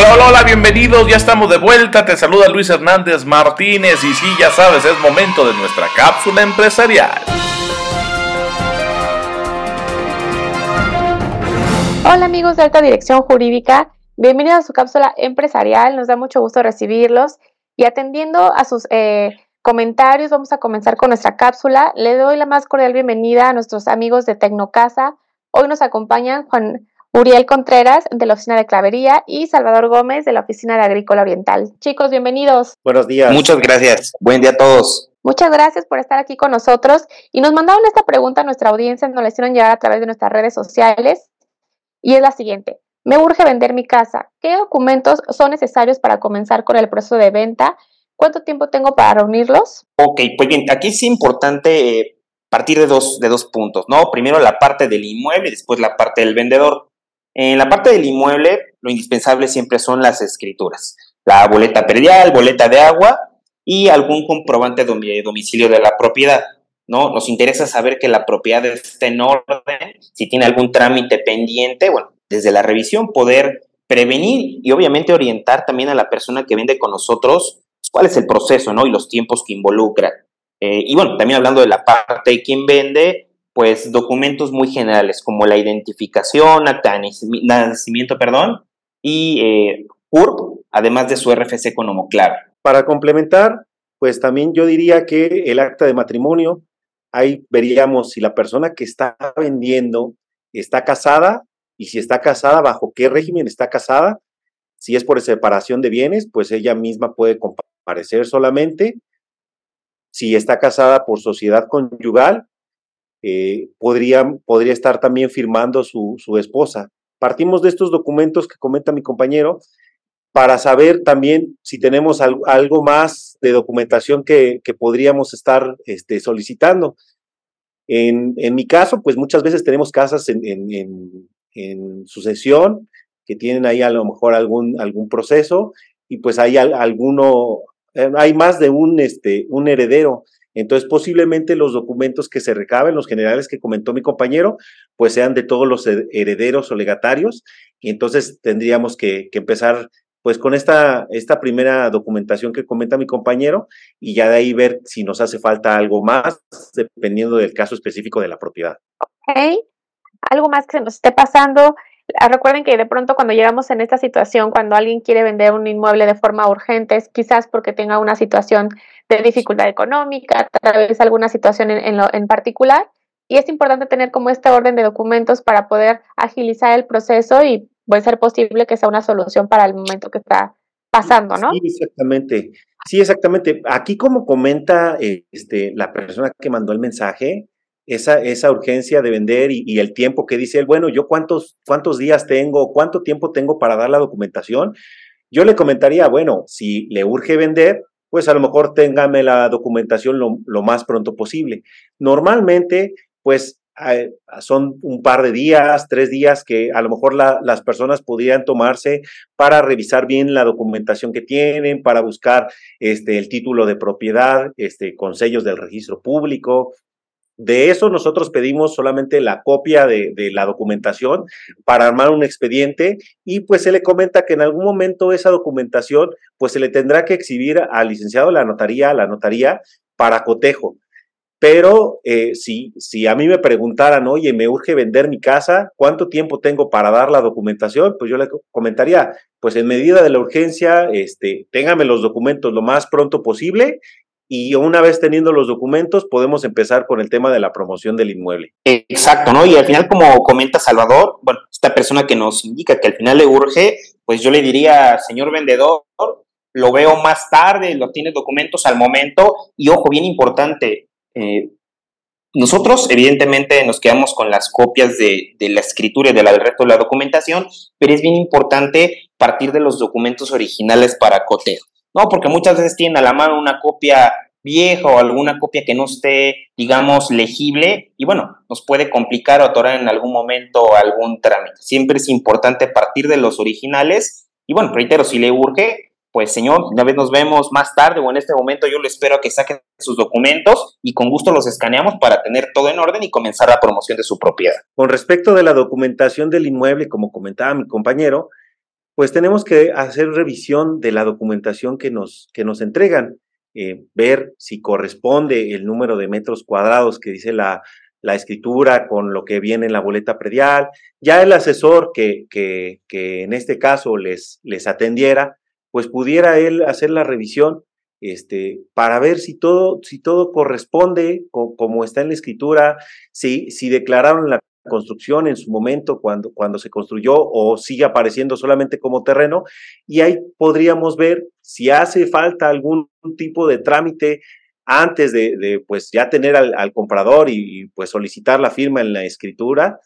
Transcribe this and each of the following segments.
Hola, hola, hola, bienvenidos, ya estamos de vuelta, te saluda Luis Hernández Martínez y sí, ya sabes, es momento de nuestra cápsula empresarial. Hola amigos de Alta Dirección Jurídica, bienvenidos a su cápsula empresarial, nos da mucho gusto recibirlos y atendiendo a sus comentarios vamos a comenzar con nuestra cápsula. Le doy la más cordial bienvenida a nuestros amigos de Tecnocasa. Hoy nos acompañan Juan Uriel Contreras de la Oficina de Clavería y Salvador Gómez de la Oficina de Agrícola Oriental. Chicos, bienvenidos. Buenos días. Muchas gracias. Buen día a todos. Muchas gracias por estar aquí con nosotros y nos mandaron esta pregunta a nuestra audiencia, nos la hicieron llegar a través de nuestras redes sociales y es la siguiente. Me urge vender mi casa. ¿Qué documentos son necesarios para comenzar con el proceso de venta? ¿Cuánto tiempo tengo para reunirlos? Ok, pues bien, aquí es importante partir de dos puntos, ¿no? Primero la parte del inmueble y después la parte del vendedor. En la parte del inmueble, lo indispensable siempre son las escrituras. La boleta predial, boleta de agua y algún comprobante de domicilio de la propiedad, ¿no? Nos interesa saber que la propiedad esté en orden, si tiene algún trámite pendiente, bueno, desde la revisión poder prevenir y obviamente orientar también a la persona que vende con nosotros cuál es el proceso, ¿no? Y los tiempos que involucra. Y bueno, también hablando de la parte de quien vende, pues documentos muy generales como la identificación, acta de nacimiento, y CURP, además de su RFC con homoclave. Para complementar, pues también yo diría que el acta de matrimonio, ahí veríamos si la persona que está vendiendo está casada y si está casada, bajo qué régimen está casada. Si es por separación de bienes, pues ella misma puede comparecer solamente. Si está casada por sociedad conyugal, podría estar también firmando su esposa. Partimos de estos documentos que comenta mi compañero para saber también si tenemos algo más de documentación que podríamos estar solicitando. En mi caso, pues muchas veces tenemos casas en sucesión que tienen ahí a lo mejor algún proceso y pues hay hay más de un heredero. Entonces, posiblemente los documentos que se recaben, los generales que comentó mi compañero, pues sean de todos los herederos o legatarios, y entonces tendríamos que empezar pues con esta primera documentación que comenta mi compañero, y ya de ahí ver si nos hace falta algo más, dependiendo del caso específico de la propiedad. Ok, algo más que se nos esté pasando. Recuerden que de pronto cuando llegamos en esta situación, cuando alguien quiere vender un inmueble de forma urgente, es quizás porque tenga una situación de dificultad económica, tal vez alguna situación en particular, y es importante tener como este orden de documentos para poder agilizar el proceso y puede ser posible que sea una solución para el momento que está pasando, ¿no? Sí, exactamente. Sí, exactamente. Aquí como comenta la persona que mandó el mensaje, esa urgencia de vender y el tiempo que dice él, bueno, yo cuántos días tengo, cuánto tiempo tengo para dar la documentación, yo le comentaría, bueno, si le urge vender, pues a lo mejor téngame la documentación lo más pronto posible. Normalmente, pues son un par de días, 3 días que a lo mejor las personas podrían tomarse para revisar bien la documentación que tienen, para buscar el título de propiedad, con sellos del registro público. De eso nosotros pedimos solamente la copia de la documentación para armar un expediente y pues se le comenta que en algún momento esa documentación pues se le tendrá que exhibir al licenciado de la notaría para cotejo. Pero si a mí me preguntaran, oye, me urge vender mi casa, ¿cuánto tiempo tengo para dar la documentación? Pues yo le comentaría, pues en medida de la urgencia, téngame los documentos lo más pronto posible y una vez teniendo los documentos podemos empezar con el tema de la promoción del inmueble. Exacto, ¿no? Y al final, como comenta Salvador, bueno, esta persona que nos indica que al final le urge, pues yo le diría, señor vendedor, lo veo más tarde, lo tiene documentos al momento y ojo, bien importante, nosotros evidentemente nos quedamos con las copias de la escritura y del resto de la documentación, pero es bien importante partir de los documentos originales para cotejo, ¿no? Porque muchas veces tienen a la mano una copia vieja o alguna copia que no esté, digamos, legible y bueno, nos puede complicar o atorar en algún momento algún trámite. Siempre es importante partir de los originales y bueno, reitero, si le urge, pues señor, una vez nos vemos más tarde o en este momento yo le espero a que saquen sus documentos y con gusto los escaneamos para tener todo en orden y comenzar la promoción de su propiedad. Con respecto de la documentación del inmueble, como comentaba mi compañero, pues tenemos que hacer revisión de la documentación que nos entregan, ver si corresponde el número de metros cuadrados que dice la escritura con lo que viene en la boleta predial. Ya el asesor que en este caso les atendiera, pues pudiera él hacer la revisión para ver si todo corresponde como está en la escritura, si declararon la construcción en su momento cuando se construyó o sigue apareciendo solamente como terreno, y ahí podríamos ver si hace falta algún tipo de trámite antes de pues ya tener al comprador y pues solicitar la firma en la escritura,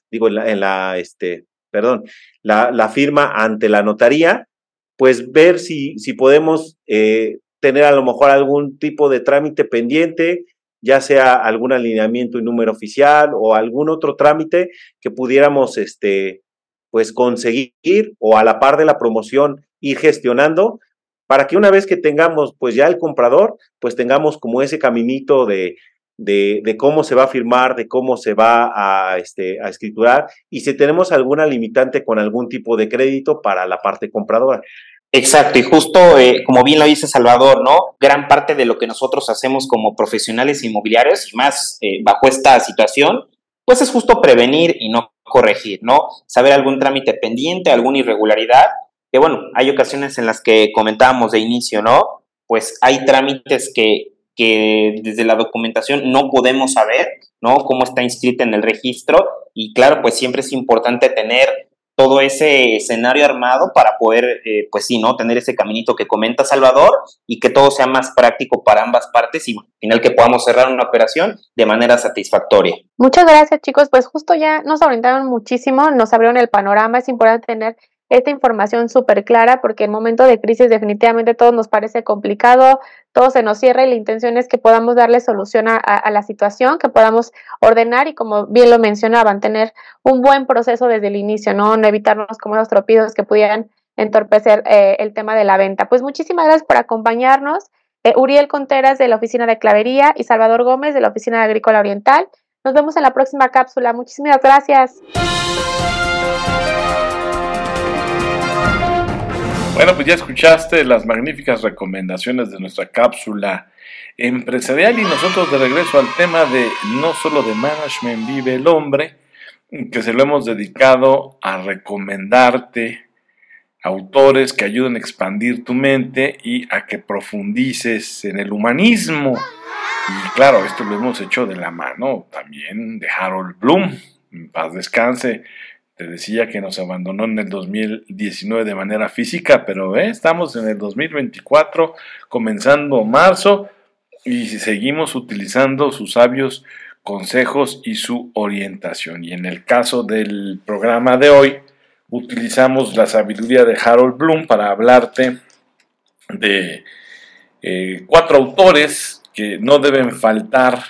la firma ante la notaría, pues ver si podemos tener a lo mejor algún tipo de trámite pendiente, ya sea algún alineamiento y número oficial o algún otro trámite que pudiéramos pues conseguir, o a la par de la promoción ir gestionando, para que una vez que tengamos pues ya el comprador, pues tengamos como ese caminito de cómo se va a firmar, de cómo se va a escriturar, y si tenemos alguna limitante con algún tipo de crédito para la parte compradora. Exacto, y justo como bien lo dice Salvador, ¿no? Gran parte de lo que nosotros hacemos como profesionales inmobiliarios, y más bajo esta situación, pues es justo prevenir y no corregir, ¿no? Saber algún trámite pendiente, alguna irregularidad, que bueno, hay ocasiones en las que comentábamos de inicio, ¿no? Pues hay trámites que desde la documentación no podemos saber, ¿no? Cómo está inscrita en el registro, y claro, pues siempre es importante tener todo ese escenario armado para poder, pues sí, ¿no? Tener ese caminito que comenta Salvador, y que todo sea más práctico para ambas partes, y al final que podamos cerrar una operación de manera satisfactoria. Muchas gracias, chicos. Pues justo ya nos orientaron muchísimo, nos abrieron el panorama. Es importante tener esta información súper clara, porque en momento de crisis definitivamente todo nos parece complicado, todo se nos cierra, y la intención es que podamos darle solución a la situación, que podamos ordenar y, como bien lo mencionaban, tener un buen proceso desde el inicio, no evitarnos como unos tropiezos que pudieran entorpecer el tema de la venta. Pues muchísimas gracias por acompañarnos, Uriel Conteras de la Oficina de Clavería y Salvador Gómez de la Oficina Agrícola Oriental. Nos vemos en la próxima cápsula. Muchísimas gracias. Bueno, pues ya escuchaste las magníficas recomendaciones de nuestra cápsula empresarial, y nosotros de regreso al tema de no solo de management vive el hombre, que se lo hemos dedicado a recomendarte autores que ayuden a expandir tu mente y a que profundices en el humanismo. Y claro, esto lo hemos hecho de la mano también de Harold Bloom, en paz descanse. Te decía que nos abandonó en el 2019 de manera física, pero estamos en el 2024, comenzando marzo, y seguimos utilizando sus sabios consejos y su orientación. Y en el caso del programa de hoy, utilizamos la sabiduría de Harold Bloom para hablarte de 4 autores que no deben faltar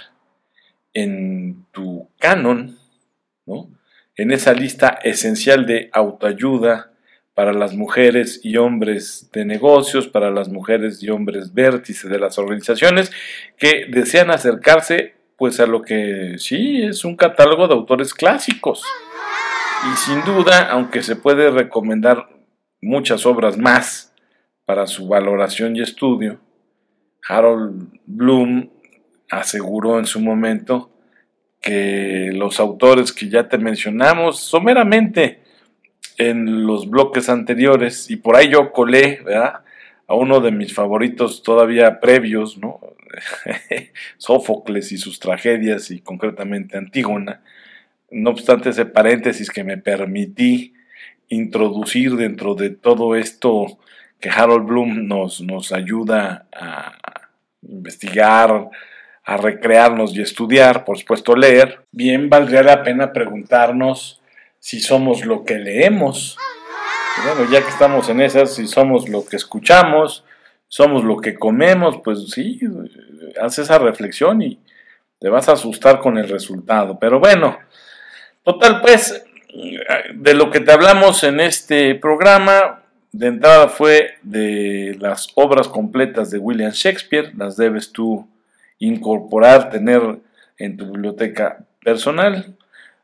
en tu canon, ¿no? En esa lista esencial de autoayuda para las mujeres y hombres de negocios, para las mujeres y hombres vértices de las organizaciones que desean acercarse pues a lo que sí es un catálogo de autores clásicos. Y sin duda, aunque se puede recomendar muchas obras más para su valoración y estudio, Harold Bloom aseguró en su momento que los autores que ya te mencionamos someramente en los bloques anteriores, y por ahí yo colé, ¿verdad?, a uno de mis favoritos todavía previos, ¿no? Sófocles y sus tragedias, y concretamente Antígona. No obstante ese paréntesis que me permití introducir dentro de todo esto que Harold Bloom nos ayuda a investigar, a recrearnos y estudiar, por supuesto leer, bien valdría la pena preguntarnos si somos lo que leemos. Y bueno, ya que estamos en esas, si somos lo que escuchamos, somos lo que comemos, pues sí, haz esa reflexión y te vas a asustar con el resultado. Pero bueno, total, pues, de lo que te hablamos en este programa, de entrada fue de las obras completas de William Shakespeare. Las debes tú incorporar, tener en tu biblioteca personal.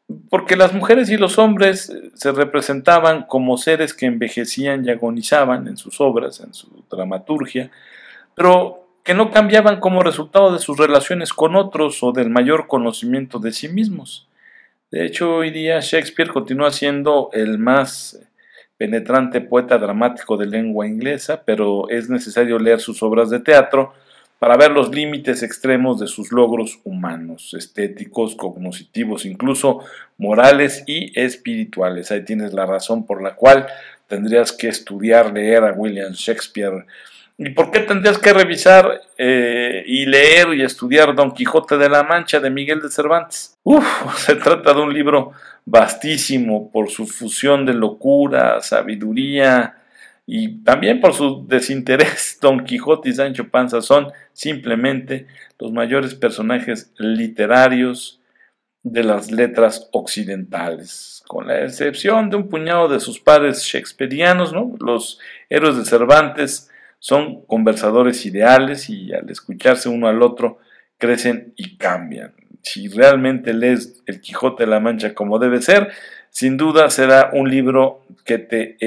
porque las mujeres y los hombres se representaban como seres que envejecían y agonizaban en sus obras, en su dramaturgia, pero que no cambiaban como resultado de sus relaciones con otros o del mayor conocimiento de sí mismos. De hecho, hoy día Shakespeare continúa siendo el más penetrante poeta dramático de lengua inglesa, pero es necesario leer sus obras de teatro para ver los límites extremos de sus logros humanos, estéticos, cognitivos, incluso morales y espirituales. Ahí tienes la razón por la cual tendrías que estudiar, leer a William Shakespeare. ¿Y por qué tendrías que revisar y leer y estudiar Don Quijote de la Mancha de Miguel de Cervantes? Se trata de un libro vastísimo por su fusión de locura, sabiduría y también por su desinterés. Don Quijote y Sancho Panza son simplemente los mayores personajes literarios de las letras occidentales, con la excepción de un puñado de sus pares shakespearianos, ¿no? Los héroes de Cervantes son conversadores ideales y al escucharse uno al otro crecen y cambian. Si realmente lees El Quijote de la Mancha como debe ser, sin duda será un libro que te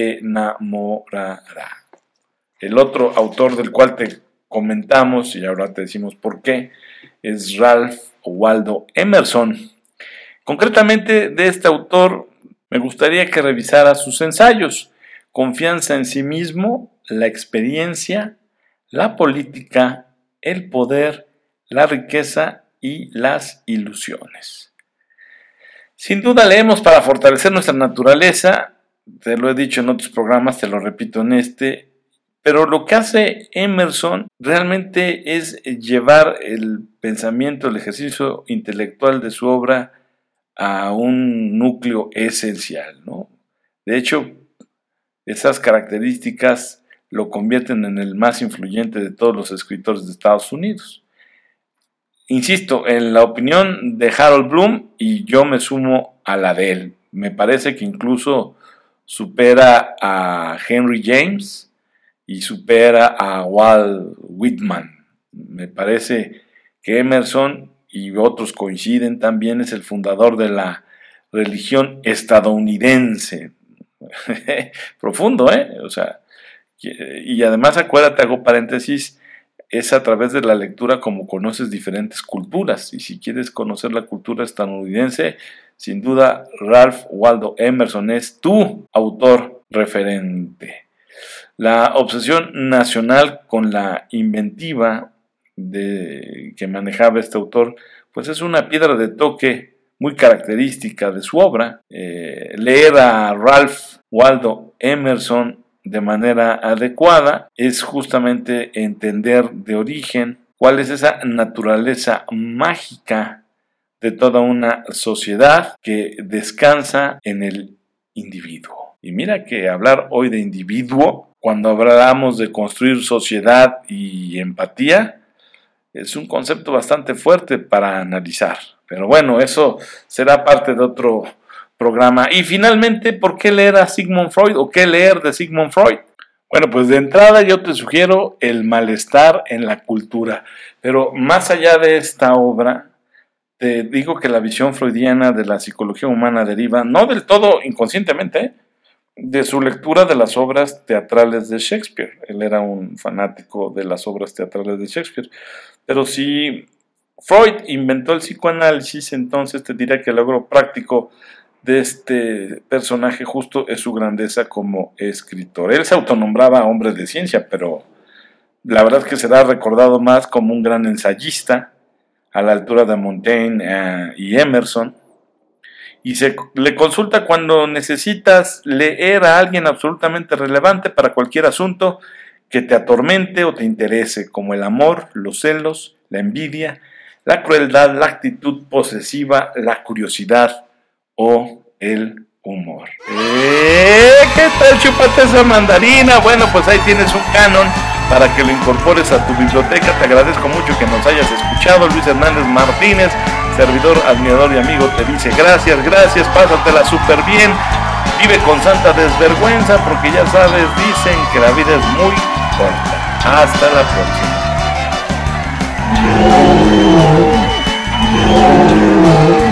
enamorará. El otro autor del cual te comentamos, y ahora te decimos por qué, es Ralph Waldo Emerson. Concretamente de este autor me gustaría que revisara sus ensayos: Confianza en sí mismo, La experiencia, la política, el poder, la riqueza y las ilusiones. Sin duda leemos para fortalecer nuestra naturaleza, te lo he dicho en otros programas, te lo repito en este, pero lo que hace Emerson realmente es llevar el pensamiento, el ejercicio intelectual de su obra a un núcleo esencial, ¿no? De hecho, esas características lo convierten en el más influyente de todos los escritores de Estados Unidos. Insisto, en la opinión de Harold Bloom, y yo me sumo a la de él, me parece que incluso supera a Henry James y supera a Walt Whitman. Me parece que Emerson, y otros coinciden también, es el fundador de la religión estadounidense. Profundo, O sea, y además acuérdate, hago paréntesis, es a través de la lectura como conoces diferentes culturas, y si quieres conocer la cultura estadounidense, sin duda Ralph Waldo Emerson es tu autor referente. La obsesión nacional con la inventiva que manejaba este autor, pues es una piedra de toque muy característica de su obra. Leer a Ralph Waldo Emerson de manera adecuada es justamente entender de origen cuál es esa naturaleza mágica de toda una sociedad que descansa en el individuo. Y mira que hablar hoy de individuo, cuando hablamos de construir sociedad y empatía, es un concepto bastante fuerte para analizar. Pero bueno, eso será parte de otro programa. Y finalmente, ¿por qué leer a Sigmund Freud o qué leer de Sigmund Freud? Bueno, pues de entrada yo te sugiero El malestar en la cultura. Pero más allá de esta obra, te digo que la visión freudiana de la psicología humana deriva, no del todo inconscientemente, de su lectura de las obras teatrales de Shakespeare. Él era un fanático de las obras teatrales de Shakespeare. Pero si Freud inventó el psicoanálisis, entonces te diría que el logro práctico de este personaje justo es su grandeza como escritor. Él se autonombraba hombre de ciencia, pero la verdad es que será recordado más como un gran ensayista, a la altura de Montaigne y Emerson, y se le consulta cuando necesitas leer a alguien absolutamente relevante para cualquier asunto que te atormente o te interese, como el amor, los celos, la envidia, la crueldad, la actitud posesiva, la curiosidad o el humor. ¿Qué tal? Chúpate esa mandarina. Bueno, pues ahí tienes un canon para que lo incorpores a tu biblioteca. Te agradezco mucho que nos hayas escuchado. Luis Hernández Martínez, servidor, admirador y amigo, te dice gracias, pásatela súper bien. Vive con santa desvergüenza, porque ya sabes, dicen que la vida es muy corta. Hasta la próxima.